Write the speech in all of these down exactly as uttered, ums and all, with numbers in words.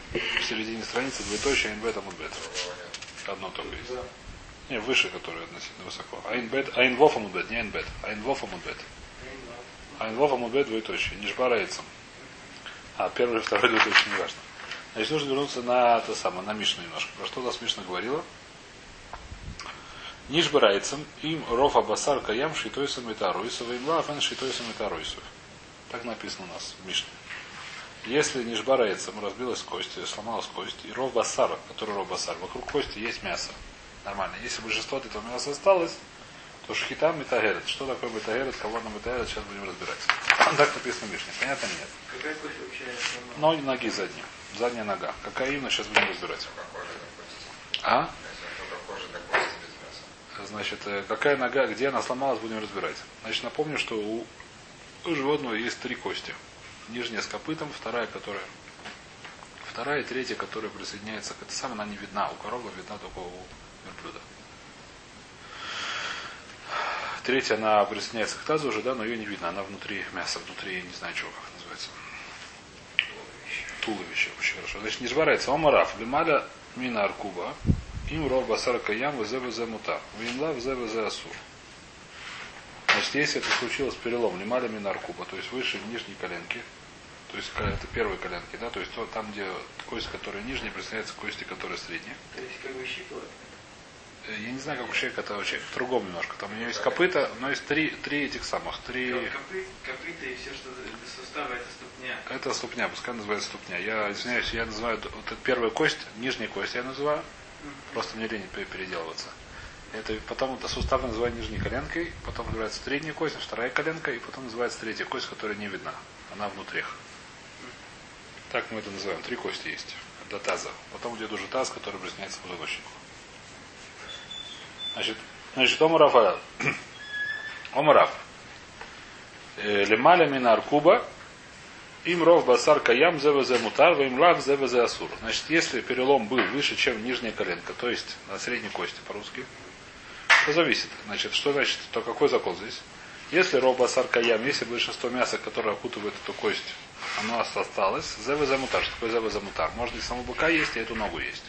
В середине страницы двоеточие Айнбет Амудбет. Одно только есть. Не, выше, которое относительно высоко. Айнбет, Айнвоф Амудбет, не Айнбет. Айнвоф Амудбет. Айнвоф Амудбет двоеточие. Нишбарайцем. А, первый и второй двоеточие, не важно. Значит, нужно вернуться на то самое, на Мишну немножко. Про что у нас Мишна говорила? Нишбарайцем им рофа басар каям шитойсам и таруисов им лафен шитойсам и таруисов. Так написано у нас в Мишне. Если нишбарайцем разбилась кость, сломалась кость, и ров басар, который ров басар, вокруг кости есть мясо. Нормально. Если большинство от этого мяса осталось, то шхита метагерет. Что такое метагерет, кого на метагерет, сейчас будем разбирать. Так написано в Мишне. Понятно, нет? Какая кость вообще? Ноги, ноги задние. Задняя нога. Какая именно, сейчас будем разбирать. А? Значит, какая нога, где она сломалась, будем разбирать. Значит, напомню, что у, у животного есть три кости. Нижняя с копытом, вторая, которая. Вторая и третья, которая присоединяется к этой самой, она не видна. У коровы видна только у верблюда. Третья, она присоединяется к тазу уже, да, но ее не видно. Она внутри мяса, внутри, не знаю чего, как называется. Туловище, очень хорошо. Значит, не жварается. Омараф, лималя мина аркуба. Им ров басара каям взе взе мута. Вимла взе взе асур. Значит, если это случилось перелом лималя мина аркуба, то есть выше нижней коленки, то есть это первой коленки, да, то есть то, там, где кость, которая нижняя, присоединяется к кости, которая средняя. То есть как бы щипло? Я не знаю, как у человека, это человек в другом немножко. Там у него есть копыта, но есть три, три этих самых. Три... Копыт, копыта и все, что до сустава, это ступня. Это ступня, пускай называется ступня. Я извиняюсь, я называю вот эту первую кость, нижняя кость я называю. Mm-hmm. Просто мне лень переделываться. Это, потом это сустав называют нижней коленкой, потом называется средняя кость, вторая коленка, и потом называется третья кость, которая не видна. Она внутри. Mm-hmm. Так мы это называем. Три кости есть. До таза. Потом идет уже таз, который присоединяется к позвоночнику. Значит, значит, Омараф. Омараф. Лемаля мина аркуба. Им ров басар каям зевезе мутар, вим лав зевезе асур. Значит, если перелом был выше, чем нижняя коленка, то есть на средней кости по-русски, то зависит. Значит, что значит, то какой закон здесь? Если ров басар каям, если большинство мяса, которое окутывает эту кость, оно осталось, зевезе мутар. Что такое зевезе мутар? Можно и самого быка есть, и эту ногу есть.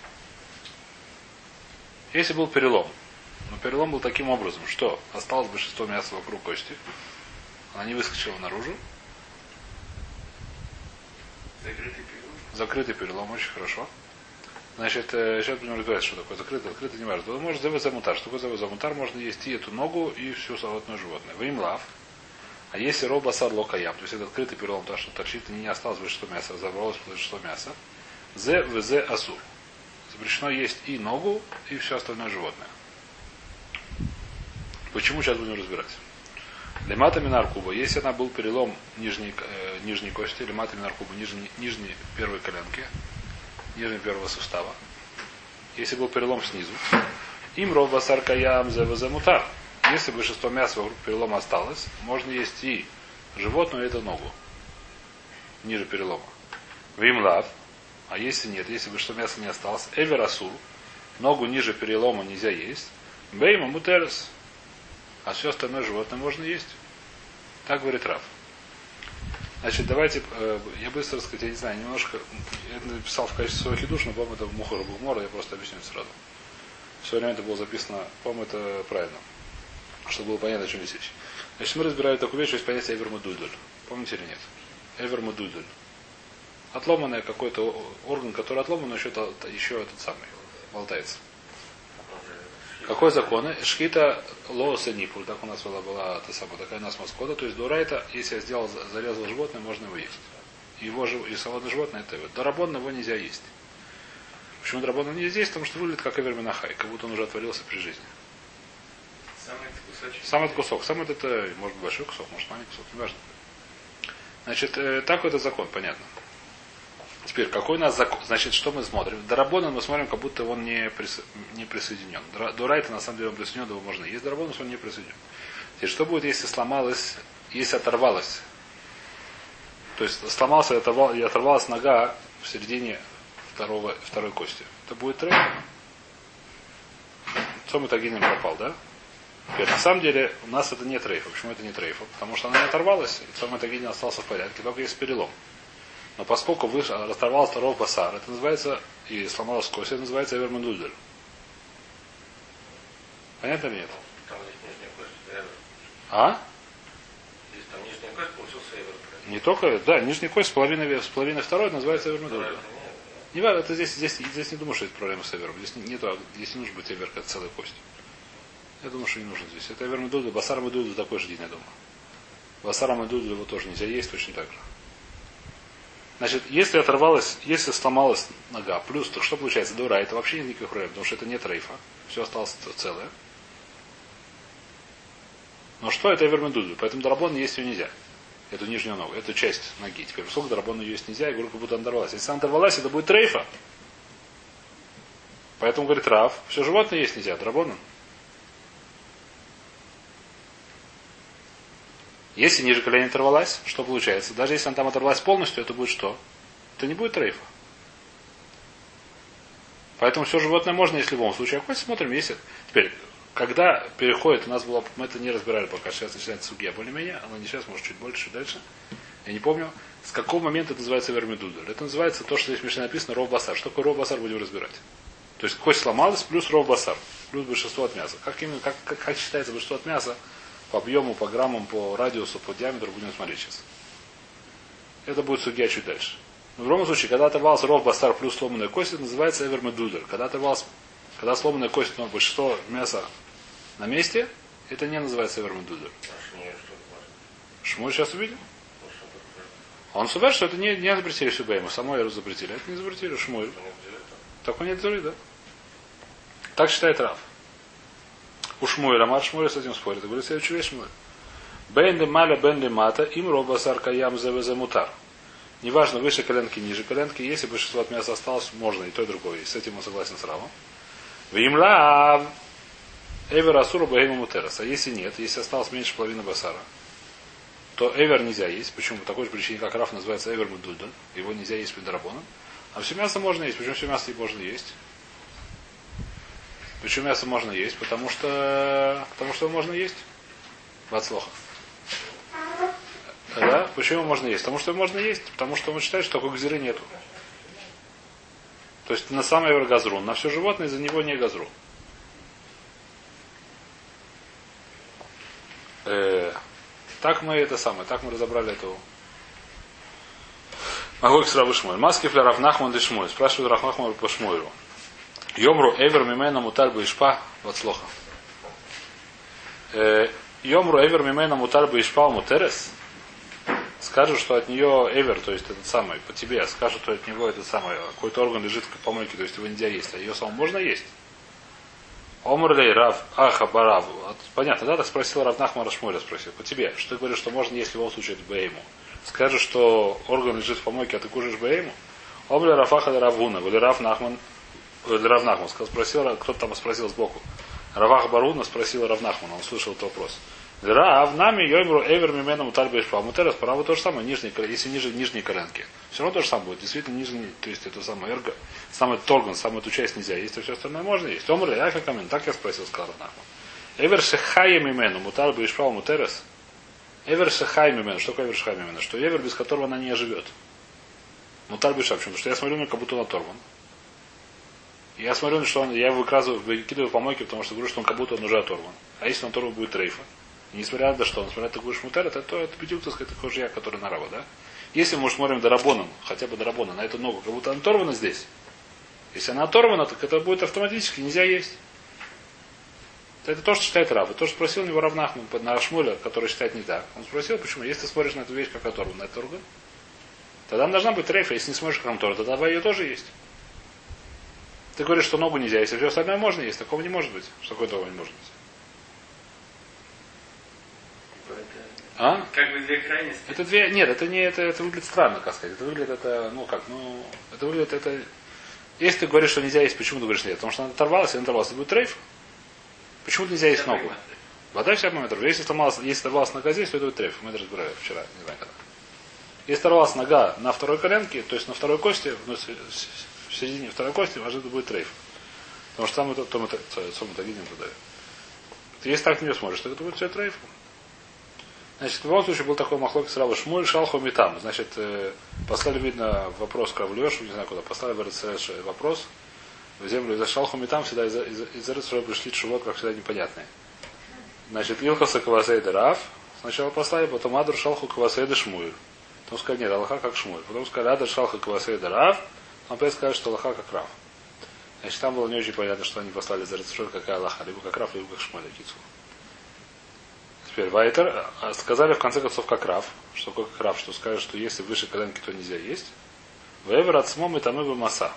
Если был перелом, но перелом был таким образом, что осталось большинство мяса вокруг кости, она не выскочила наружу. Закрытый перелом. Закрытый перелом, очень хорошо. Значит, сейчас будем разбирать, что такое закрытый, открытый, не важно. Может завозамутар. Что такое завозамутар? Можно есть и эту ногу, и всю салатное животное. Вы им лав. А если роба сад локаям, то есть это открытый перелом, то, что торчит, и не осталось большинство мяса, разобралось большинство мяса. Зе вз асу. Запрещено есть и ногу, и все остальное животное. Почему сейчас будем разбирать? Лемата минаркуба, если она был перелом нижней, э, нижней кости, лемата минаркуба, нижней, нижней первой коленки, нижней первого сустава, если был перелом снизу, им ров басар каям зевазамутар. Если большинство мяса вокруг перелома осталось, можно есть и животную, и эту ногу, ниже перелома. Вимлав, а если нет, если большинство мяса не осталось, эверасур, ногу ниже перелома нельзя есть, бейма мутерес. А все остальное животное можно есть. Так говорит Рав. Значит, давайте, э, я быстро сказать, я не знаю, немножко, я это написал в качестве своего хидуш, но, по-моему, это Мухара Бухмора, я просто объясню это сразу. В свое время это было записано, по-моему, это правильно, чтобы было понятно, о чем здесь речь. Значит, мы разбирали такую вещь, что есть понятие эвермадудуль. Помните или нет? Эвермадудуль. Отломанный какой-то орган, который отломан, но еще, еще этот самый, болтается. Какой закон? Шхита лооса нипуль. Так у нас была, была та самая, такая у нас маскота. То есть дурайта, если я сделал, зарезал животное, можно его есть. Его и салатное животное это его. Дарабон его нельзя есть. Почему дарабон нельзя есть? Потому что выглядит как эверминахай, как будто он уже отвалился при жизни. Самый этот кусочек. Сам этот кусок. Сам этот, это, может быть, большой кусок, может маленький кусок, неважно. Значит, э, так это закон, понятно. Теперь, какой у нас закон? Значит, что мы смотрим? Дарабона мы смотрим, как будто он не, присо... не присоединен. Дурайта, на самом деле, он присоединен, его можно есть. Дарабона, он не присоединен. Теперь, что будет, если сломалась, если оторвалась? То есть, сломался и, оторвал, и оторвалась нога в середине второго, второй кости. Это будет трейф? Цом Тагинин пропал, да? Теперь, на самом деле, у нас это не трейф. Почему это не трейф? Потому что она не оторвалась, и Цом Тагинин остался в порядке, только есть перелом. Но поскольку выше, расторвалась второго басар, это называется, и сломалась кость, это называется эвермендудель. Понятно или нет? Там здесь нижняя кость, эвер. А? Здесь там нижняя кость получился эвер. Не только, да, нижняя кость с половиной, с половиной второй называется эвермендудель. Не важно, это здесь, здесь, здесь не думаю, что это проблема с эвером. Здесь не, нету, здесь не нужно быть эвер, как целая кость. Я думаю, что не нужно здесь. Это эвермендудель, басар медудель такой же день, я думаю. Басар медудель его тоже нельзя есть, точно так же. Значит, если оторвалась, если сломалась нога, плюс, то что получается? Дура, это вообще нет никаких проблем, потому что это не рейфа. Все осталось целое. Но что это эвермендудель? Поэтому дарабон есть ее нельзя. Эту нижнюю ногу, эту часть ноги. Теперь, поскольку дарабон ее есть нельзя, я говорю, как будто она оторвалась. Если она оторвалась, это будет рейфа. Поэтому, говорит Рав, все животное есть нельзя, дарабон. Если ниже колена оторвалась, что получается? Даже если она там оторвалась полностью, это будет что? Это не будет рейфа. Поэтому все животное можно, если в любом случае. А хоть смотрим, если... Теперь, когда переходит, у нас было, мы это не разбирали пока, сейчас начинается сугия более-менее, она не сейчас, может чуть больше, чуть дальше. Я не помню, с какого момента это называется вермедудель. Это называется то, что здесь в Мишне написано, ров басар. Что такое ров басар, будем разбирать. То есть кость сломалась, плюс ров басар. Плюс большинство от мяса. Как именно, как, как, как считается большинство от мяса? По объему, по граммам, по радиусу, по диаметру будем смотреть сейчас. Это будет сугия чуть дальше. Но в любом случае, когда оторвался ров басар плюс сломанная кость, это называется эвермедудель. Когда оторвалась, когда сломанная кость, но большинство мяса на месте, это не называется эвермедудель. Шмуль сейчас увидим. Он сувер, что это не, не запретили Шубейму, самой Эру запретили. Это не запретили Шмуль. Так он не запретили, да? Так считает Рав. У Шмуэля, Мар Шмуэля с этим спорит. Говорит, следующую вещь Шмуэль. Бен ли маля, бен ли мата, им роба сарка ям зевезе мутар. Неважно, выше коленки, ниже коленки. Если большинство от мяса осталось, можно и то, и другое. И с этим он согласен с Равом. Вимла эвер асуру бахейма мутерас. А если нет, если осталось меньше половины басара, то эвер нельзя есть. Почему? По такой же причине, как Рав называется эвер мудудон. Его нельзя есть при дарабоном. А все мясо можно есть. Почему все мясо можно есть? Почему мясо можно есть? Потому что, потому что его можно есть. Вацлоха. Да? Почему можно есть? Потому что его можно есть. Потому что он считает, что такой гзиры нету. То есть на самый эвер газрун. На все животное из-за него не газрун. Э, так мы это самое, так мы разобрали эту. Магой с Равы Шмуэль. Маски для Равнахман и Шмуэль. Спрашивает Равнахман по Шмуэлю. Йомру эвер мимена муталь бы ишпа вацлоха. Йомру эвер мимена муталь бы ишпа мутерес. Скажут, что от нее эвер, то есть этот самый, по тебе, скажут, что от него этот самый, какой-то орган лежит в помойке, то есть его нельзя есть, а ее самому можно есть. Омрлей Рав Аха Барав. Понятно, да? Так спросил Рав Нахман Рашмуэля, спросил. По тебе. Что ты говоришь, что можно, если в любом случае это Бейму? Скажешь, что орган лежит в помойке, а ты кушаешь Бейму? Омрлей Рав Аха Равуна. Или Рав Нахман. Или Рав Нахман. Спросил, кто-то там спросил сбоку. Рав Аха Баруна спросил Рав Нахман. Он слышал этот вопрос. Рав нами йоймру эвер мимену муталь бейшпа. Мутерес, право то же самое, нижние, если ниже нижние коленки. Все равно то же самое будет. Действительно, нижний, то есть это самое эрго, самый торган, самую эту часть нельзя есть, а все остальное можно есть. Омрли, я как камень. Так я спросил, сказал Нахман. Эвер шехая мимену, муталь бейшпа, мутерес. Эвер шехая мимену. Что такое эвер шехая мимену? Что эвер, без которого она не живет. Муталь бейшпа. Почему? Потому что я смотрю на как будто он оторван. Я смотрю, что он, я его выкрадываю, выкидываю в помойке, потому что говорю, что он как будто он уже оторван. А если он оторван, будет рейфа. И несмотря на что, несмотря на то, что мутер, это, то это бедюк, так сказать, такой же я, который на раба, да? Если мы смотрим дарабоном, хотя бы дарабоном, на эту ногу, как будто она оторвана здесь. Если она оторвана, так это будет автоматически, нельзя есть. Это то, что считает Рав. И то, что спросил у него Рав Нахман на Шмуля, который считает не так. Он спросил, почему? Если ты смотришь на эту вещь, как оторвана, это орган, тогда она должна быть рейфа. Если не смотришь, как оторвана, тогда давай ее тоже есть. Ты говоришь, что ногу нельзя, если все остальное можно есть, такого не может быть. Что такое того не может быть? А? Как бы две крайности. Это две. Нет, это не это, это выглядит странно, как сказать. Это выглядит это, ну как, ну. Это выглядит это. Если ты говоришь, что нельзя есть, почему ты говоришь нет? Потому что она оторвалась, и она оторвалась, это будет рейф. Почему нельзя есть ногу? Вода вся момент. Если оторвалась, если оторвалась нога здесь, то это будет рейф. Мы это разбирали вчера, не знаю когда. Если оторвалась нога на второй коленке, то есть на второй кости, ну, в середине второй кости, может это будет рейф. Потому что там это, то мы это видим туда. Если так на нее смотришь, то это будет все рейф. Значит, в любом случае был такой махлок сразу Шмуль, Шалху Митам. Значит, э, послали, видно, вопрос к Равлешу, не знаю куда, послали в РЦ вопрос в землю из-за Шалху Митам, всегда из-за из из РЦ пришли шувот, как всегда, непонятные. Значит, Илхаса Кавасейда Рав, сначала послали, потом Адр Шалху Кавасейда Шмуль. Потом сказали, нет, Аллаха как Шмуль. Потом сказали, Адр Шалху Кавасейда Рав, потом опять сказали, что Аллаха как Рав. Значит, там было не очень понятно, что они послали за РЦ, какая Аллаха, либо как Рав, либо как Шмуль, Кицу. Теперь Вайтер сказали в конце концов как Рав, что такое как Рав, что скажет, что если выше коленки, то нельзя есть. Вевер от смом и тамы маса.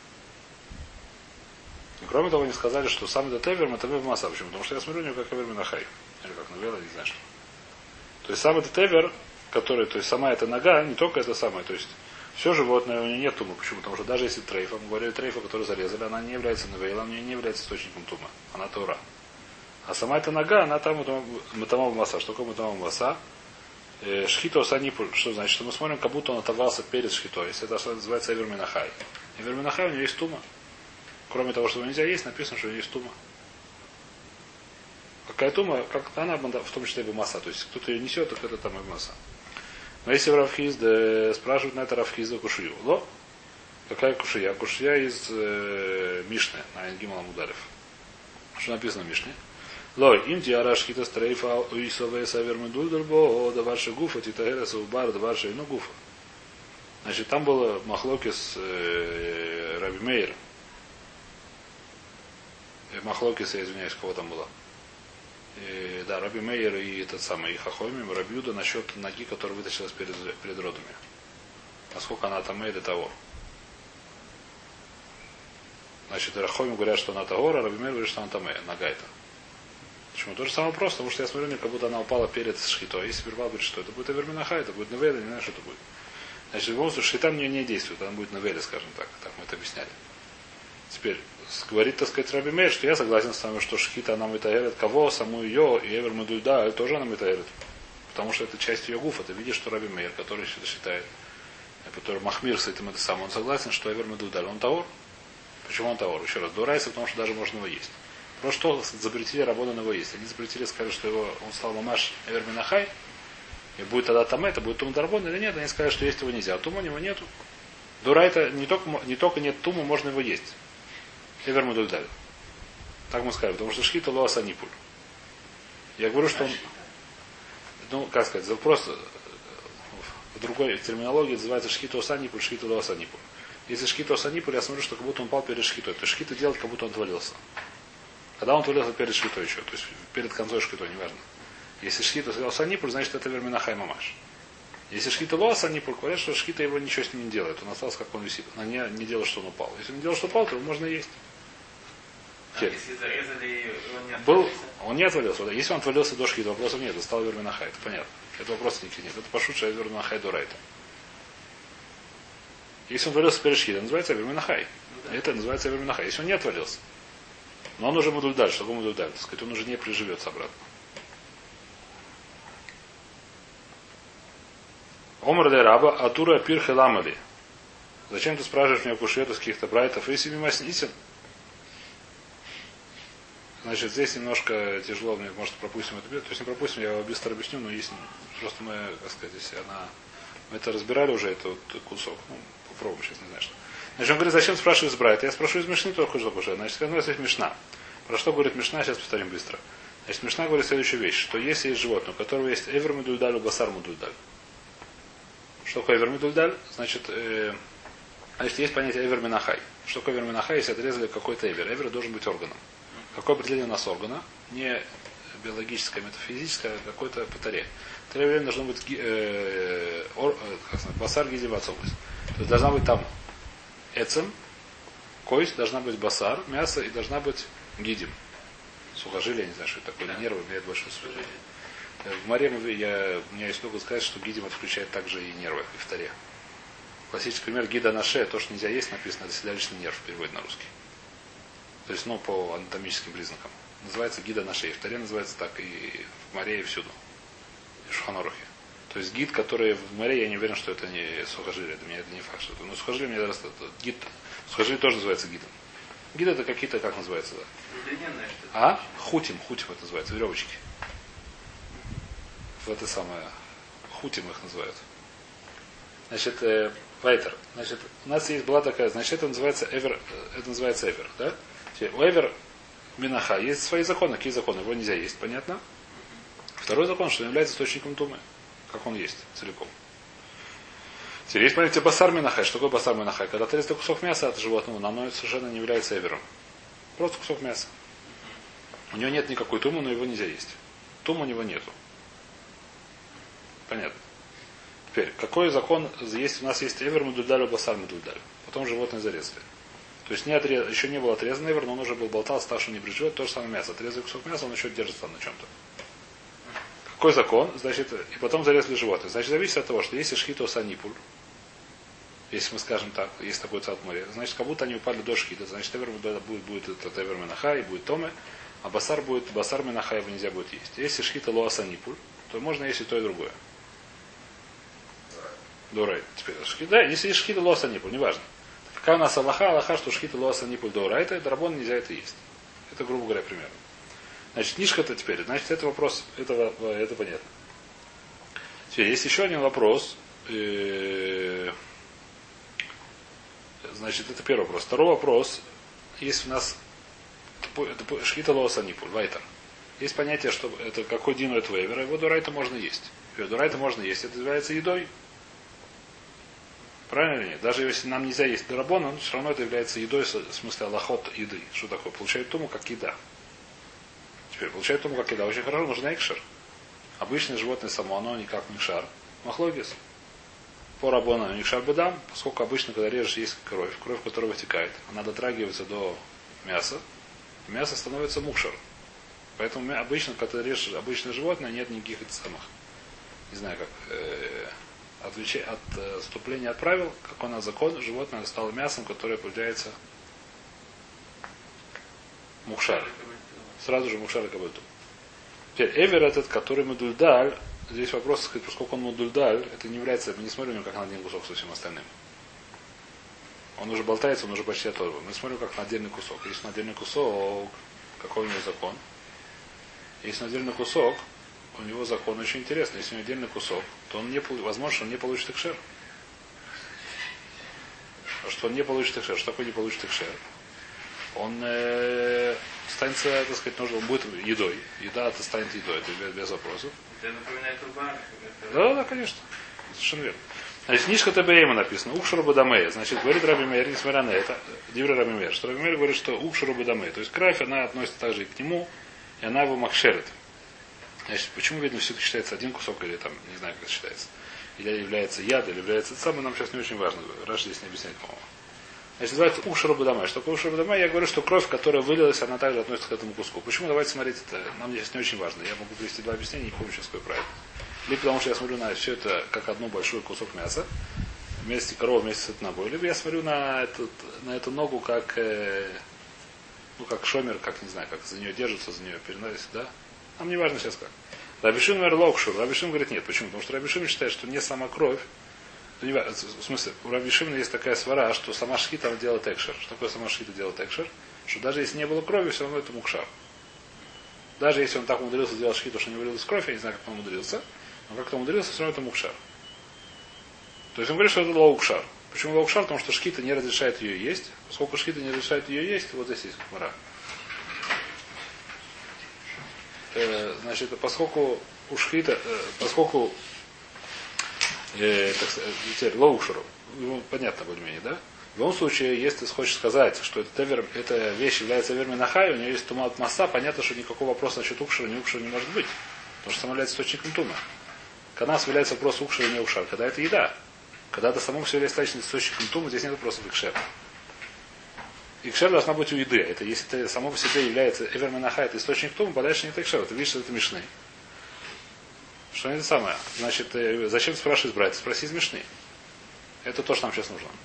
Кроме того, они сказали, что сам этот эвер это эвер маса. Почему? Потому что я смотрю у него как эвер минахай. Или как навела, не знаю что. То есть сам этот эвер, который, то есть сама эта нога, не только это самое, то есть все животное, у нее нет тума. Почему? Потому что даже если трейфа, мы говорили трейфа, которую зарезали, она не является навейлом, она не является источником тума. Она таура. А сама эта нога, она там матамал маса. Что такое матамал маса? Шхито санипуль. Что значит? Что мы смотрим, как будто он оторвался перед шхитой. Если это называется эвер минахай. Эвер минахай у него есть тума. Кроме того, что его нельзя есть, написано, что у него есть тума. Какая тума? Как она, в том числе и маса. То есть кто-то ее несет, так это там и маса. Но если в Равхизде спрашивают на это Равхизда кушию. Ло? Какая кушия? Кушия из э, Мишны, на Гимал Мударев. Что написано в Мишне? Лой, им тиара шхита стрейфа уисове савер медульдербо, даварши гуфа, титаэреса убар, даварши ну гуфа. Значит, там было махлоки с э, Раби Мейер. Махлокис, я извиняюсь, кого там было. И, да, Раби Мейер и этот самый и Хахойми, Раби Юда насчет ноги, которая вытащилась перед, перед родами. Насколько она там или того. Значит, Рахойми говорят, что она Тагора, а Раби Мейер говорит, что она там нога это. Почему? То же самое вопрос, потому что я смотрю, как будто она упала перед шхитой. Если Бербал говорит, что это будет Аверминаха, это будет Навеля, не знаю, что это будет. Значит, в любом случае, шхита мне не действует, она будет Навеля, скажем так. Так мы это объясняли. Теперь, говорит, так сказать, Раби Мейер, что я согласен с вами, что шхита она митаэрит кого, саму ее, и Эвер Медульда, тоже она митаэрит. Потому что это часть ее гуфа. Ты видишь, что Раби Мейер, который это считает, который Махмир с этим это сам, он согласен, что Эвер Медульда, он Таор. Почему он Таор? Еще раз, дурайся, потому что даже можно его есть. Просто что запретили Рабона на его есть. Они запретили, сказали, что его, он стал мамаш Эвер Минахай, и будет тогда там это, будет Тум Дарбон или нет, они сказали, что есть его нельзя, а Тума у него нету. Дурайта не только, не только нет Тума, можно его есть. Эвер Медульдаль. Так мы сказали, потому что шхита лоа санипуль. Я говорю, что он, ну, как сказать, вопрос в другой терминологии называется шхита санипуль, шхита лоа санипуль. Если шхита санипуль, я смотрю, что как будто он пал перед шхитой. То есть шхита делает, как будто он отвалился. Когда он отвалился перед шхитой еще, то есть перед концом шхитой, неважно. Если шхита лоа санипуль, значит это верминахай мамаш. Если шхита лоа санипуль, говорят, что шхита его ничего с ним не делает. Он остался, как он висит. Она не, не делает, что он упал. Если он не делал, что упал, то его можно есть. А если зарезали, он не отвалился? Был, он не отвалился. Если он отвалился до шхита, вопросов нет. Это стал верминахай. Это понятно. Это вопросов никаких нет. Это пошутше верминахай до райта. Если он отвалился перед шхитой, называется верминахай. Ну, да. Это называется верминахай. Если он не отвалился. Но он уже мудульдаль. Что такое мудульдаль? Так сказать, он уже не приживется обратно. Омар де раба, атура пир хеламали. Зачем ты спрашиваешь меня кушету с каких-то брайтов? Если мимо снисен. Значит, здесь немножко тяжело, мне, может, пропустим это. То есть не пропустим, я его быстро объясню, но есть просто мы, как сказать, если она. Мы это разбирали уже, это вот кусок. Ну, попробуем сейчас, не знаю что. Значит, он говорит, зачем спрашиваю из брайта? Я спрашиваю из Мишны только что уже. Значит, у нас есть Мишна. Про что говорит Мишна, сейчас повторим быстро. Значит, Мишна говорит следующую вещь, что если есть животное, у которого есть эвер мудульдаль, у басар мудульдаль. Что такое эвер мудульдаль? Значит, э, значит, есть понятие эвер минахай. Что такое эвер минахай, если отрезали какой-то эвер? Эвер должен быть органом. Какое определение у нас органа? Не биологическое, метафизическое, а какое-то по таре. В таре время должно быть э, ор, как сказать, басар гидим ацовус. То есть должна быть там эцем, кость, должна быть басар, мясо и должна быть гидим. Сухожилие, я не знаю, что это такое, нервы, имеет большое сухожилие. В Маре я, у меня есть много сказать, что гидим отключает также и нервы, и в таре. Классический пример гида на шее, то, что нельзя есть, написано, это седалищный нерв, переводит на русский. То есть, ну, по анатомическим признакам. Называется гида на шее. В таре называется так и в море, и всюду. И в Шуханорухе. То есть гид, который в море, я не уверен, что это не сухожилие. Для меня это не факт. Что это. Но сухожилие мне раз это гид. Сухожилие тоже называется гидом. Гид это какие-то, как называется, да? Удлиненное что-то. А? Хутим, хутим это называется, веревочки. в это самое, хутим их называют. Значит, э, вайтер. Значит, у нас есть была такая, значит, это называется эвер, это называется эвер, да? Теперь, у эвер минаха есть свои законы. Какие законы? Его нельзя есть, понятно? Второй закон, что он является источником тумы. Как он есть целиком. Теперь есть, смотрите, басар минахай. Что такое басар минахай? Когда отрезали кусок мяса от животного, но оно совершенно не является эвером. Просто кусок мяса. У него нет никакой тумы, но его нельзя есть. Тум у него нету. Понятно. Теперь, какой закон есть? У нас есть эвер мудульдаль, басар мудульдаль. Потом животное зарезали. То есть не отрез... еще не был отрезан эвер, но он уже был болтал, ставший не брежет, то же самое мясо. Отрезали кусок мяса, он еще держится на чем-то. Какой закон? Значит, и потом зарезали животное. Значит, зависит от того, что если шхито санипуль, если мы скажем так, есть такой цад море, значит, как будто они упали до шхита, значит, эвер будет, будет этот эвер минахай, будет томе, а басар будет, басар минахай его нельзя будет есть. Если шхита лоа санипуль, то можно есть и то, и другое. Дорай. Теперь шхита, да, если есть шхита лоа санипуль, неважно. Какая у нас аллаха, аллаха, что шхита лоа санипуль дорай, это драбон нельзя это есть. Это, грубо говоря, примерно. Значит, книжка-то теперь, значит, это вопрос, это, это понятно. Теперь, есть еще один вопрос. Значит, это первый вопрос. Второй вопрос. Есть у нас шхита лоса нипуль, вайтер. Есть понятие, что это какой дин у этого эвера, его дурайта можно есть. Его дурайта можно есть, это является едой. Правильно или нет? Даже если нам нельзя есть дарабон, он все равно это является едой, в смысле аллахот еды. Что такое? Получает туму как еда. Теперь, получает туму как еда. Очень хорошо, нужно экшер. Обычное животное само, оно никак не шар. Махлогис. По рабона у них шар бедам, поскольку обычно, когда режешь, есть кровь, кровь, которая вытекает. Она дотрагивается до мяса. Мясо становится мукшар. Поэтому обычно, когда режешь обычное животное, нет никаких этих самых. Не знаю как. Э, отвечай, от э, отступления от правил, как у нас закон, животное стало мясом, которое появляется мукшар. Сразу же мукшар и кабальту. Теперь эвер этот, который мудульдаль, здесь вопрос, сказать, поскольку он мудульдаль, это не является, мы не смотрим на него как на один кусок со всем остальным. Он уже болтается, он уже почти оторван. Мы смотрим как на отдельный кусок. Если на отдельный кусок, какой у него закон? Если на отдельный кусок, у него закон очень интересный. Если у него отдельный кусок, то он не, возможно, что он не получит экшер. Что он не получит экшер. Что такое не получит экшер? Он э, станет, так сказать, нужно, он будет едой. Еда это станет едой, это без, без вопросов. Это напоминает урбан. Да, да, конечно. Совершенно верно. Значит, книжка Табеема написана. Укшуру Бадамея. Значит, говорит Раби Мейер, несмотря на это, Диври Раби Мейер, что Раби Мейер говорит, что Укшуру Бадамея. То есть кровь, она относится также и к нему, и она его макшерит. Значит, почему, видно, все это считается один кусок, или там, не знаю, как это считается. Или является яд, или является это самое, нам сейчас не очень важно. Раш здесь не объясняет, по-моему. Значит, называется Укшуру Бадамея. Что такое Укшуру Бадамея? Я говорю, что кровь, которая вылилась, она также относится к этому куску. Почему? Давайте смотреть, это нам здесь не очень важно. Я могу привести два объяснения, не помню сейчас какое правильно. Либо потому что я смотрю на все это как одну большой кусок мяса, вместе корова вместе с ногой, либо я смотрю на, этот, на эту ногу как, э, ну, как шомер, как, не знаю, как за нее держится, за нее переносится, да? Нам не важно сейчас как. Рабишин говорит локшур. Рабишин говорит нет. Почему? Потому что Рабишин считает, что не сама кровь, не, в смысле, у Рабишина есть такая свара, что сама шхита она делает экшер. Что такое сама шхита делает экшер? Что даже если не было крови, все равно это мукшар. Даже если он так умудрился сделать шхиту, что не вылилась кровь, я не знаю, как он умудрился, но как-то умудрился, все равно это мукшар. То есть он говорит, что это лоукшар. Почему лоукшар? Потому что шхита не разрешает ее есть. Поскольку шхита не разрешает ее есть, вот здесь есть кмара. Э, значит, поскольку у шхита, э, поскольку э, так сказать, теперь лоукшару, ну, понятно более-менее, да? В любом случае, если ты хочешь сказать, что это эвер, эта вещь является эверминахай, у нее есть тума от масса, понятно, что никакого вопроса насчет укшара, не укшара не может быть. Потому что сама является источником тума. Когда у нас является вопрос укшара, не укшар, когда это еда. Когда это само все является источником тума, здесь нет вопросов икшер. Икшер должна быть у еды. Это если это само по себе является эверминахай, это источник тума, а дальше нет икшер. Ты видишь, что это мишны. Что это самое? Значит, зачем спрашивать брать? Спроси из мишны. Это то, что нам сейчас нужно.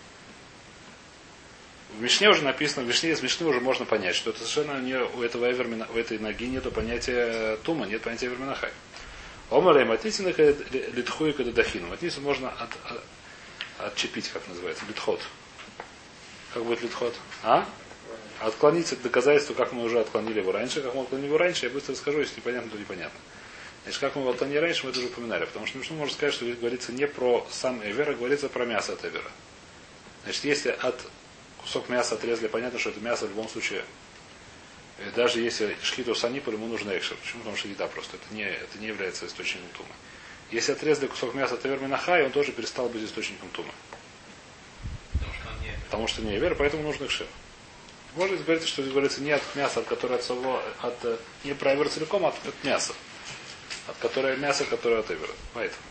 В Мишне уже написано, в Мишне из Мишны уже можно понять, что это совершенно не у этого эвермина, у этой ноги нету понятия тума, нет понятия эверминахай. Омалей матисина литху и кададахину. Матису можно от, от, отчепить, как называется, литхот. Как будет литхот? А? Отклонить от доказательства, как мы уже отклонили его раньше. Как мы отклонили его раньше, я быстро скажу, если непонятно, то непонятно. Значит, как мы в Алтане раньше, мы это уже упоминали. Потому что Мишна может сказать, что здесь говорится не про сам эвер, а говорится про мясо от эвера. Значит, если от кусок мяса отрезали, понятно, что это мясо в любом случае, даже если шхиту санипа, ему нужно экшер. Почему? Потому что еда просто. Это не, это не является источником тумы. Если отрезали кусок мяса от эвер минахай, он тоже перестал быть источником тумы. Потому что он не Потому что не эвер, поэтому нужно экшер. Можно говорить, что здесь говорится не от мяса, от которого от самого, от, не про эвер целиком, а от, от мяса. От которое мясо, которое от эвера. Поэтому.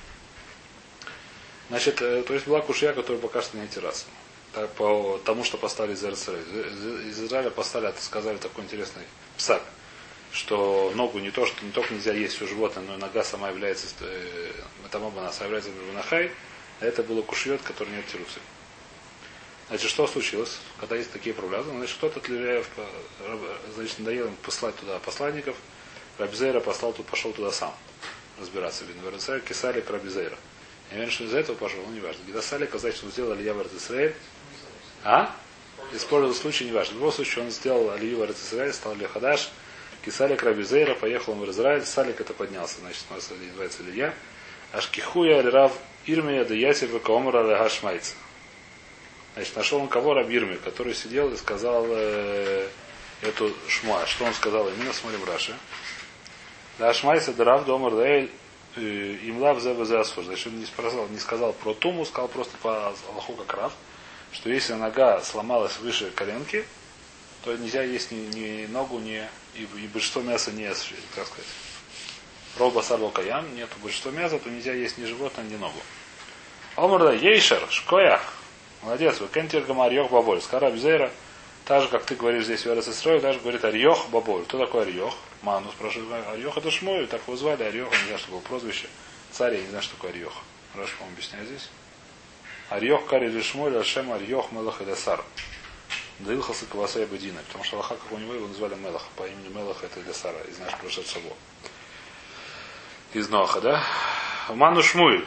Значит, то есть была кушья, которая пока что не терраса. Так, по тому, что поставили из Израиля. Из Израиля поставили, сказали такой интересный псак, что ногу не то, что не только нельзя есть все животное, но и нога сама является, э, метамоба является бенахай, а это было кушьет, который нет тирусы. Значит, что случилось, когда есть такие проблемы? Значит, кто-то Тлереев, значит, надоело им послать туда посланников, Рабизейра послал, тут пошел туда сам разбираться. Бенверцай, Кисалик, Рабизейра. Я уверен, что из-за этого пошел, ну не важно. Гида Салика, значит, что он сделал Алия в Израиль. А? Использовал случай, не важно. В любом случае, он сделал Алию в Израиль, стал Алия Хадаш. Кисалик, Рабизейра, поехал он в Израиль. Салик это поднялся, значит, у нас называется Алия. Ашкихуя Алирав Ирмия да Ясив Вакаомара Алягашмайца. Значит, нашел он кого? Рабирми, который сидел и сказал э, эту шмуа. Что он сказал? Именно смотрим Раши. Да, Шмайса Дарав Домар Даэль Имлав Зебазе Асфур. Значит, он не сказал, не сказал про туму, сказал просто по Аллаху как Рав, что если нога сломалась выше коленки, то нельзя есть ни, ни ногу, ни и, и большинство мяса не, как сказать, Роба Сарбо Каям, нету большинства мяса, то нельзя есть ни животное, ни ногу. Омрда Ейшер, Шкоях. Молодец, вы кентир гамар Йох Баболь. Скара Бизейра, так же, как ты говоришь здесь в Эресесрой, даже говорит Арьох Баболь. Кто такой Арьох? Ману спрашивает. Арьох это Шмой, так его звали. Арьох, не знаю, что было прозвище. Царь, я не знаю, что такое Арьох. Раш, по-моему, объясняю здесь. Арьох Кари Лишмой, Ашем Арьох Мелах Эдесар. Даилхаса Кавасай Бедина. Потому что Аллаха, как у него, его назвали Мелах. По имени Мелах это Эдесара. Из нашего Прошет Сабо. Из Ноаха, да? Ману Шмуй.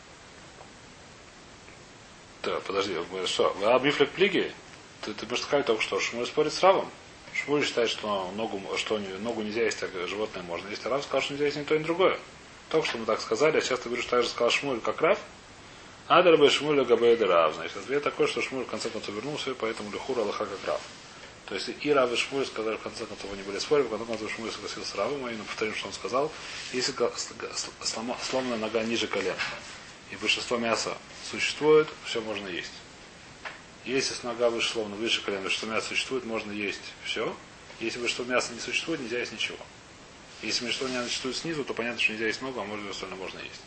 Да, подожди, что? Вы обифлек плиги? Ты, ты можешь сказать только что, Шмуль спорит с Равом. Шмуль считает, что ногу, что ногу нельзя есть, а животное можно. Если Рав сказал, что нельзя есть ни то, ни другое. Только что мы так сказали, а сейчас ты говоришь, что так же сказал Шмуль, как Рав. Адарбе Шмуль Габейда Рав. Значит, ответ такой, что Шмуль в конце концов вернулся, и поэтому Лехура Аллаха как Рав. То есть и Рав и Шмуль сказали, в конце концов они были споры, в конце концов Шмуль согласился с Равом, а именно повторим, что он сказал. Если сломанная нога ниже колен, и большинство мяса существует, все можно есть. Если с нога выше, словно выше колена, большинство мяса существует, можно есть все. Если большинство мяса не существует, нельзя есть ничего. Если большинство мяса существует снизу, то понятно, что нельзя есть ногу, а может остальное можно есть.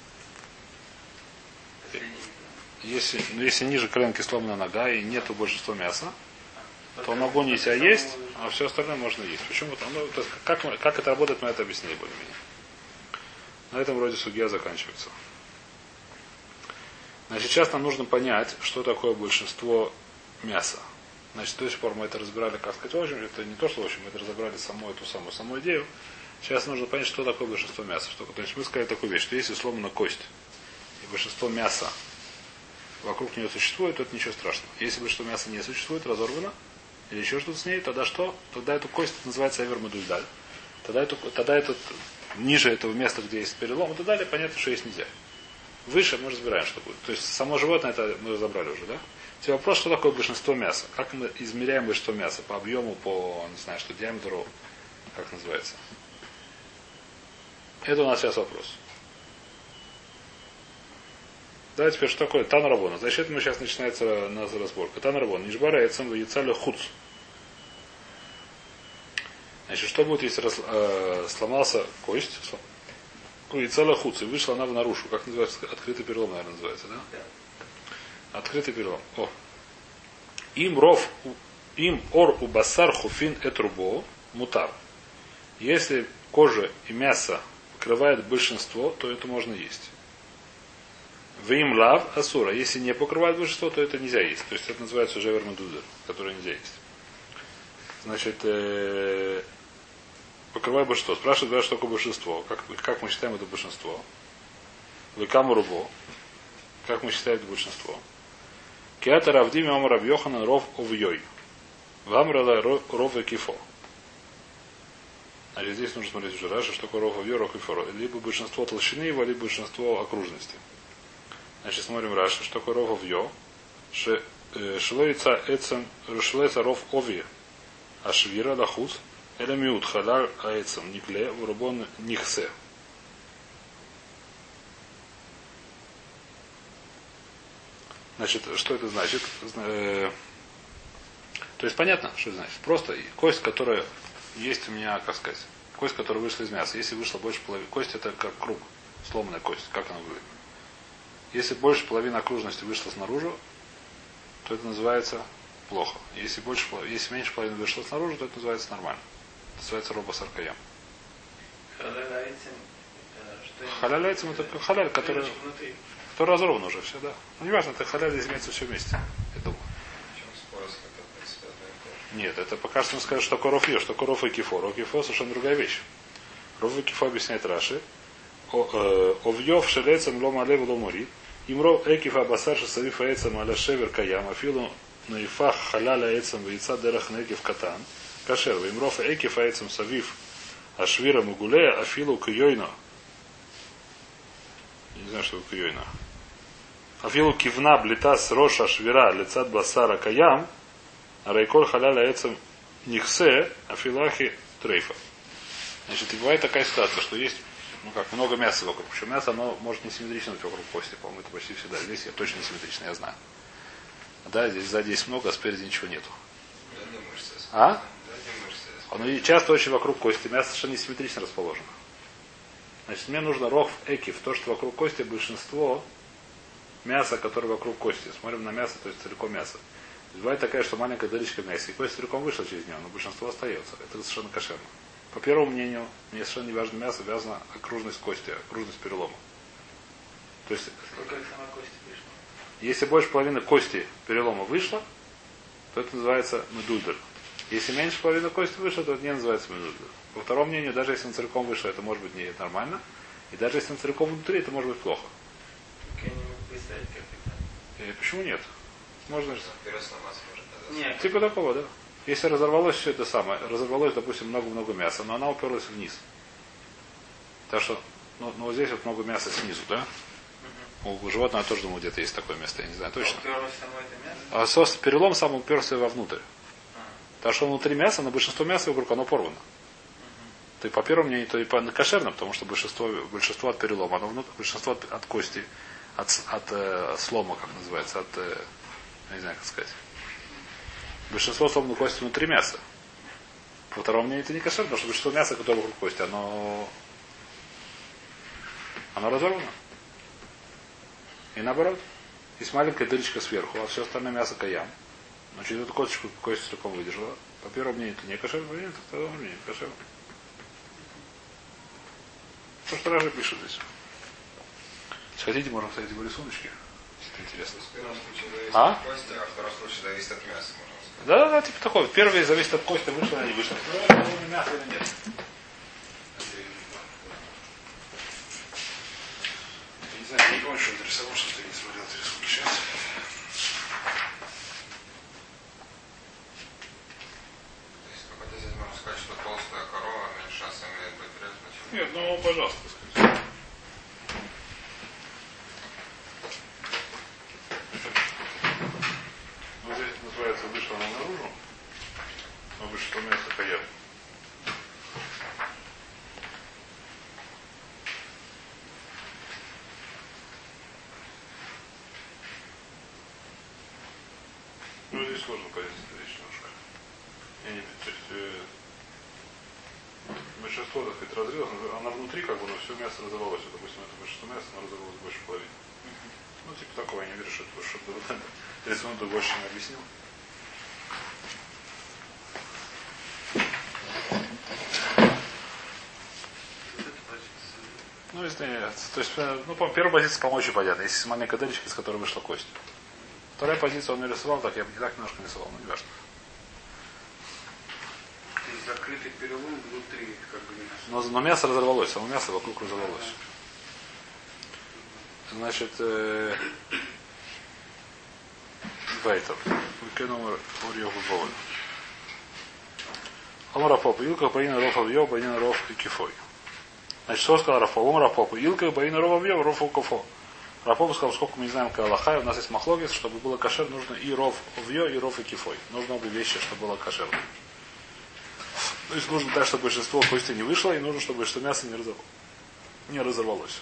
Если, ну, если ниже коленки сломана нога и нету большинства мяса, то ногу нельзя есть, а все остальное можно есть. Почему? Ну, то есть, как, мы, как это работает, мы это объяснили более-менее. На этом вроде судья заканчивается. Значит, сейчас нам нужно понять, что такое большинство мяса. Значит, до сих пор мы это разбирали, как сказать, в общем, это не то, что в общем, мы это разобрали саму эту самую, саму идею. Сейчас нужно понять, что такое большинство мяса. Что, то есть мы сказали такую вещь, что если сломана кость, и большинство мяса вокруг нее существует, то это ничего страшного. Если большинство мяса не существует, разорвано, или еще что-то с ней, тогда что? Тогда эту кость называется эвермедульдаль. Тогда, эту, тогда этот, ниже этого места, где есть перелом, и так далее, понятно, что есть нельзя. Выше мы разбираем, что будет. То есть само животное, это мы разобрали уже, да? Теперь вопрос, что такое большинство мяса? Как мы измеряем большинство мяса? По объему, по, не знаю, что диаметру, как называется? Это у нас сейчас вопрос. Давайте теперь, что такое Тан Рабона? Значит, мы сейчас начинается наша разборка. Тан Рабона. Нишбара Эцем Яцалю Хуц. Значит, что будет, если рас, э, сломался кость? И целая хуц, и вышла она в нарушу. Как называется? Открытый перелом, наверное, называется, да? Да. Открытый перелом. О. Им ров, им ор у басар хуфин этрубо мутар. Если кожа и мясо покрывает большинство, то это можно есть. В им лав асура. Если не покрывает большинство, то это нельзя есть. То есть это называется уже вермедудер, который нельзя есть. Значит, э- покрывает большинство. Спрашивают, говорят, что такое большинство. Как, как мы считаем это большинство? Векаму рубо. Как мы считаем это большинство? Киата равдими ом рав Йоханан ров овьёй. Вам рала ров и кифо. Значит, здесь нужно смотреть уже Раши, что такое ров авьё, ров кифо. Либо большинство толщины его, либо большинство окружности. Значит, смотрим Раши, что такое ров авьё. Шлоица эцем, шлоица ров ови. Ашвира лахуц. Эля миут халар аэцем никле, врубон нихсе. Значит, что это значит? То есть понятно, что это значит. Просто кость, которая есть у меня, как сказать, кость, которая вышла из мяса. Если вышла больше половины, кость это как круг, сломанная кость, как она выглядит. Если больше половины окружности вышла снаружи, то это называется плохо. Если, больше, если меньше половины вышло снаружи, то это называется нормально. Это называется робосаркаям. Халяляйцем это халяль, который, который разорван уже, все, да. Ну, неважно, это халяль, здесь имеется все вместе, я думаю. Нет, это пока что мы скажем, что такое рофье, что такое роф и кифо. Роф и кифо совершенно другая вещь. Роф и кифо объясняет Раши. Овьев шелецем лома алев ломори. Имро экифа басар шасавиф аэцем аля шевер каям. Афилу наифах халяля аэцем вейца дерах некив катан. Кашер. Имров экиф аэцем савиф ашвира мугулея афилу кьойно. Не знаю, что такое кьойно. Афилу кивна блитас роша швира лицат басара каям. Райколь халяля эцем нихсе, афилахи трейфа. Значит, и бывает такая ситуация, что есть, ну как, много мяса вокруг. Причем мясо, оно может не симметрично быть вокруг кости. По-моему, это почти всегда. Здесь я точно не симметрично, я знаю. Да, здесь сзади есть много, а спереди ничего нету. А? Оно и часто очень вокруг кости. Мясо совершенно не симметрично расположено. Значит, мне нужно ров экив, то, что вокруг кости большинство мяса, которое вокруг кости. Смотрим на мясо, то есть целиком мясо. Бывает такая, что маленькая дырочка в мясе, и кость целиком вышла через нее, но большинство остается. Это совершенно кошерно. По первому мнению, мне совершенно не важно мясо, вязана окружность кости, окружность перелома. То есть, сколько сама кость вышла? Если больше половины кости перелома вышло, то это называется медульдер. Если меньше половины кости вышло, то это не называется медульдер. По второму мнению, даже если он целиком вышло, это может быть не нормально. И даже если он целиком внутри, это может быть плохо. Я не могу представить, как это. И почему нет? Можно же. Нет. Типа такого, да. Если разорвалось все это самое, разорвалось, допустим, много-много мяса, но она уперлась вниз. Так что, ну, ну вот здесь вот много мяса снизу, да? Угу. У животного я тоже думаю, где-то есть такое место, я не знаю точно. А сос, перелом сам уперся вовнутрь. А. Так что внутри мяса, но большинство мяса вокруг оно порвано. Угу. То и по первому мнению, то и по кошерно, потому что большинство, большинство от перелома, оно внутрь, большинство от, от кости, от, от э, слома, как называется, от э, не знаю, как сказать. Большинство сломанной кости внутри мяса. По второму мнению это не кошерно, потому что большинство мяса, которое вокруг кости, оно оно разорвано. И наоборот. Есть маленькая дырочка сверху, а все остальное мясо каям. Но через эту косточку кость целиком выдержала. По первому мнению это не кошерно, по второму мнению это кошерно. То, что Ражи пишет здесь. Если хотите, можем вставить его рисуночки. Это интересно. А? А в втором случае зависит от мяса, можно сказать. Да, да, типа такой. Первый зависит от кости, вышло или не вышло. Второе, мясо или нет. Я не знаю, не помню, что это рисовал, что ты не смотрел эти рисунки сейчас. То есть, какой-то здесь можно сказать, что толстая корова меньше шанса имеет быть вредной, чем... Нет, ну, пожалуйста, скажите. Называется, вышла она наружу, но большинство мяса каям. Ну, здесь сложно понять эту вещь немножко. Я не, то есть, э, большинство, так сказать, разрезов, она внутри, как бы, но все мясо разорвалось. Допустим, это большинство мяса, оно разорвалось больше половины. Ну, типа такого, я не верю, что это что-то тридцать минут больше не объяснил. Ну, если, то есть, ну, по первая позиция, по-моему, очень понятна. Если маленькая дырочка, из которой вышла кость. Вторая позиция он нарисовал, так я бы не так немножко нарисовал, но не важно. То есть закрытый перелом внутри, как бы мясо. Но, но мясо разорвалось, само мясо вокруг разорвалось. Значит, э, Вейтер. Выкинул Орьев Боволь. Ом Рафопа, Илка Баина Ров Авьё, Баина Ров и Кифой. Значит, что сказал Рафоп? Ом Рафопа, Илка Баина Ров Авьё, Ров и Кифо. Рафоп сказал, сколько мы не знаем, какая Аллаха, у нас есть махлогис, чтобы было кошер, нужно и Ров Авьё, и Ров и Кифой. Нужно обе вещи, чтобы было кошер. То есть нужно так, чтобы большинство кости не вышло, и нужно, чтобы что мясо не разорвалось. Не разорвалось.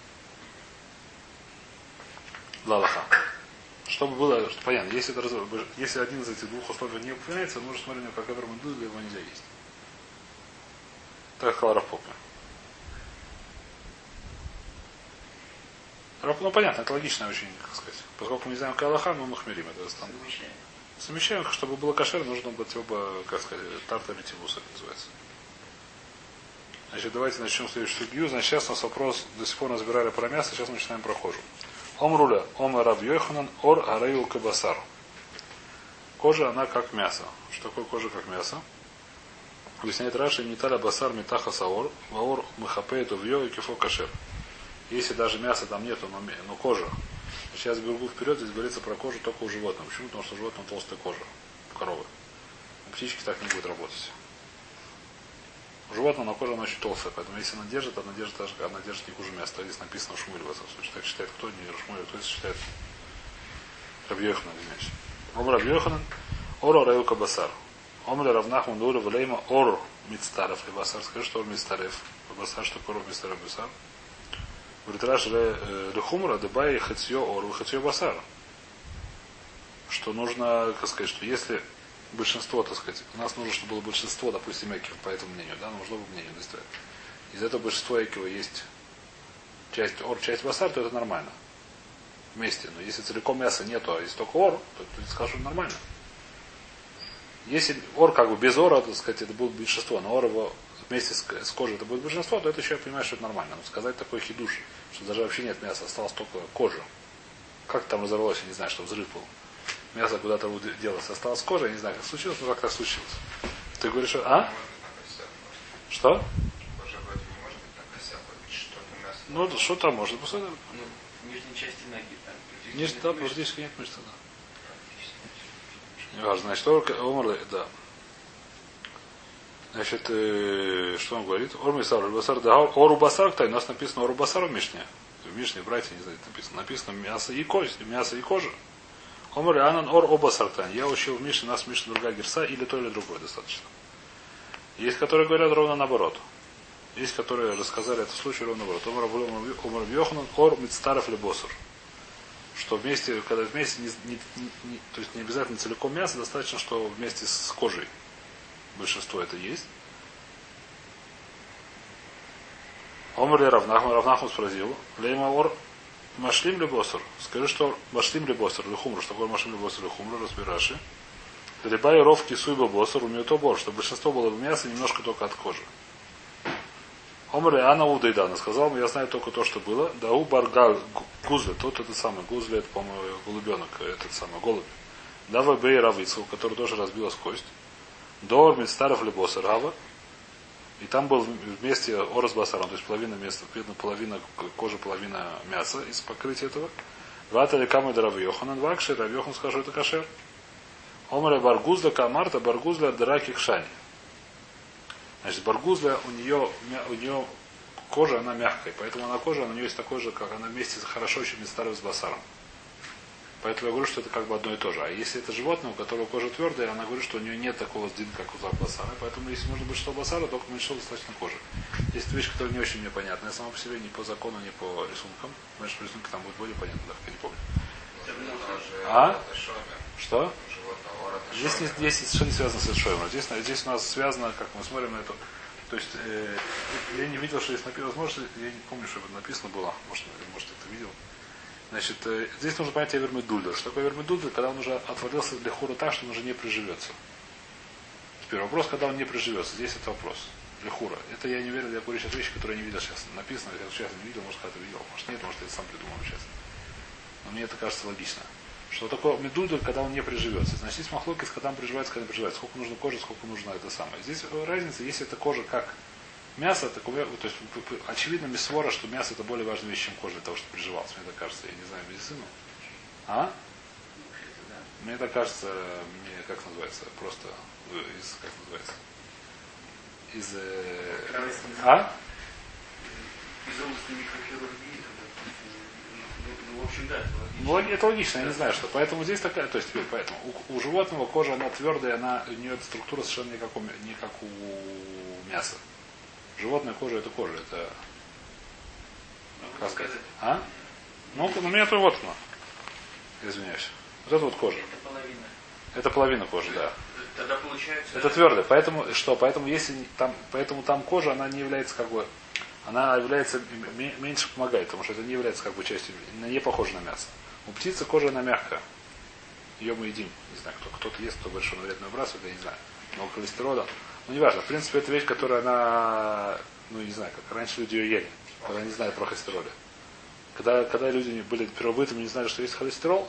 Для Аллаха. Чтобы было, что понятно, если, это, если один из этих двух условий не выполняется, нужно смотреть, как Эверман Дуд, его нельзя есть. Так сказал Раф Попе. Ну понятно, это логично очень, как сказать. Поскольку мы не знаем, какая Аллаха, мы махмерим, это стандарт. Совмещаем, чтобы было кошер, нужно быть оба, как сказать, тарта или тибуса, это называется. Значит, давайте начнем следующую судью. Значит, сейчас у нас вопрос, до сих пор разбирали про мясо, сейчас мы начинаем про кожу. Омруля, ом раб Йоханан, ор арейл кабасар. Кожа, она как мясо. Что такое кожа как мясо? Объясняет Раши, миталя басар митаха саор, ваор махапейту вьё и кифо кашер. Если даже мяса там нету, но, но кожа. Сейчас бегу вперед, здесь говорится про кожу только у животных. Почему? Потому что у животного толстая кожа. У коровы. У птички так не будет работать. У животного на коже она очень толстая, поэтому если она держит, она держит, она держит не хуже мяса. Здесь написано Шмуль в этом случае. Так считает кто? Не Шмуль, кто это считает? Раб Йоханан, извиняюсь. Ом Раб Йоханан, оро раюка басар. Ом ли равнахман дуля валейма ор мицтарев ли басар. Скажи, что ор мицтарев. Басар, что такое ор мицтарев басар? Говорит, Раш лехумра дебай хатьё ор хатьё басар. Что нужно, как сказать, что если большинство, так сказать, у нас нужно, чтобы было большинство, допустим, экив, по этому мнению, да, нужно бы мнение доставить. Из этого большинства экива есть часть ор, часть басар, то это нормально. Вместе. Но если целиком мяса нету, а есть только ор, то ты скажешь, что нормально. Если ор как бы без ора, так сказать, это будет большинство, но ор его вместе с, с кожей это будет большинство, то это еще я понимаю, что это нормально. Но сказать такой хидуш, что даже вообще нет мяса, осталось только кожа. Как там разорвалось, я не знаю, что взрыв был. Мясо куда-то делалось, осталось кожа, я не знаю, как случилось, но как так случилось. Ты говоришь, что... А? Что? Ну, что там может быть? Ну, нижней части ноги. Да, Нижней, да, практически нет мышцы, да. Не важно. Значит, омрлы, да. Значит, э, что он говорит? Ормисар, басар, да, ору басар, у нас написано ору басар в Мишне. В Мишне, братья, не знаю, написано. Написано мясо и кость, мясо и кожа. Омр Анан Ор оба сартань. Я учил в Мишне, у нас в Мишне другая герса, или то, или другое достаточно. Есть, которые говорят ровно наоборот. Есть, которые рассказали этот случай ровно наоборот. Омр Йоханан Ор Мицтаров Лебосур. Что вместе, когда вместе, не, не, не, то есть не обязательно целиком мясо, достаточно, что вместе с кожей большинство это есть. Омр Равнахман, Равнахман спросил. Лейма Ор Машлим Лебосур. Скажи, что Машлим Лебосур, Лехумру, что такое Машлим Лебосур, Лехумру, разбираши. Рибай ровки суйба босур, у нее то бор, чтобы большинство было в мясе, немножко только от кожи. Омре Ана Удайдана сказал ему, я знаю только то, что было. Дау Барга Гузля, тот этот самый, Гузля, это, по-моему, голубенок, этот самый, голубь. Дава Бей Равицу, который тоже разбилась кость. Дор Мицтаров Лебосур, Рава. И там был вместе орос басаром, то есть половина места, половина кожи, половина мяса из покрытия этого. Вата ли камы Рав Йоханан вакши, Рав Йохан скажет, это кашер. Омре Баргузля Камарта, Баргузля Драки Кшани. Значит, Баргузля, у нее, у нее кожа, она мягкая, поэтому она кожа, у нее есть такой же, как она вместе хорошо еще Мицтаров с басаром. Поэтому я говорю, что это как бы одно и то же. А если это животное, у которого кожа твердая, она говорит, что у нее нет такого сдин, как у басара. Поэтому если нужно большинство басара, только меньшинство достаточно кожи. Есть вещь, которая не очень мне понятна. Я сама по себе ни по закону, ни по рисункам. Значит, рисунки там будет более понятно, да, я не помню. А? Что? Здесь, не, здесь совершенно не связано с Шоймом. Здесь, здесь у нас связано, как мы смотрим на это. То есть, э, я не видел, что здесь написано. Возможно, я не помню, что это написано было. Может, может это видел. Значит, э, здесь нужно понять Эвермедульдер. Что такое Эвермедульдер? Когда он уже отвалился для хура так, что он уже не приживется. Теперь вопрос, когда он не приживется. Здесь это вопрос. Для хура. Это я не верю, я говорю сейчас вещи, которые я не видел сейчас. Написано, я сейчас не видел, может, когда-то видел. Может, нет, может, я это сам придумал сейчас. Но мне это кажется логично. Что такое медульдер, когда он не приживется. Значит, есть махлокис, когда он приживается, когда не приживается. Сколько нужно кожи, сколько нужно это самое. Здесь разница, если это кожа как мясо, так, то есть очевидно мисвора, что мясо это более важная вещь, чем кожа для того, чтобы приживалось. Мне так кажется, я не знаю медицину. А? Мне так кажется, мне как называется, просто из, как называется. из э, Красный. а? Из области микрохирургии. Ну, ну, в общем, да, это логично. Ну, это логично, я не знаю, что. Поэтому здесь такая, то есть, теперь, поэтому у, у животного кожа, она твердая, она, у нее структура совершенно не как у, не как у мяса. Животная кожа это кожа, это. Как сказать? А? Ну, у меня то вот она. Извиняюсь. Вот это вот кожа. Это половина. Это половина кожи, да. Тогда получается... Это твердое. Поэтому что? Поэтому если там, поэтому там кожа, она не является как бы, она является меньше помогает, потому что это не является как бы частью, она не похожа на мясо. У птицы кожа она мягкая. Ее мы едим. Не знаю, кто кто-то ест, кто больше вредно выбрасывает, я не знаю. Много холестерола. Ну неважно. В принципе, это вещь, которая она, ну не знаю, как раньше люди ее ели, когда не знали про холестерол. Когда, когда люди были первобытными, не знали, что есть холестерол.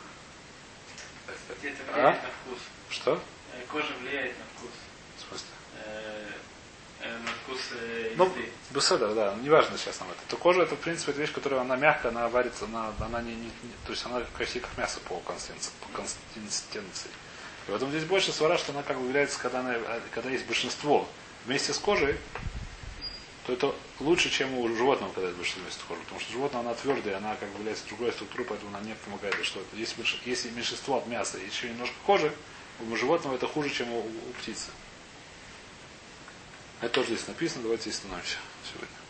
Это влияет А? на вкус. Что? Э, Кожа влияет на вкус. В смысле? Э, э, На вкус э, Ну, еды. беседа, да, неважно сейчас нам это. То кожа это, в принципе, это вещь, которая она мягкая, она варится, она, она не, не, не- то есть она почти как мясо по консистенции. По консистенции. И поэтому здесь больше свара, что она как бы является, когда, она, когда есть большинство вместе с кожей, то это лучше, чем у животного, когда есть большинство вместе с кожей. Потому что животное, она твердая, она как бы является другой структурой, поэтому она не помогает. И что это? Если, больш- если меньшинство от мяса и еще немножко кожи, у животного это хуже, чем у, у птицы. Это тоже здесь написано. Давайте здесь остановимся сегодня.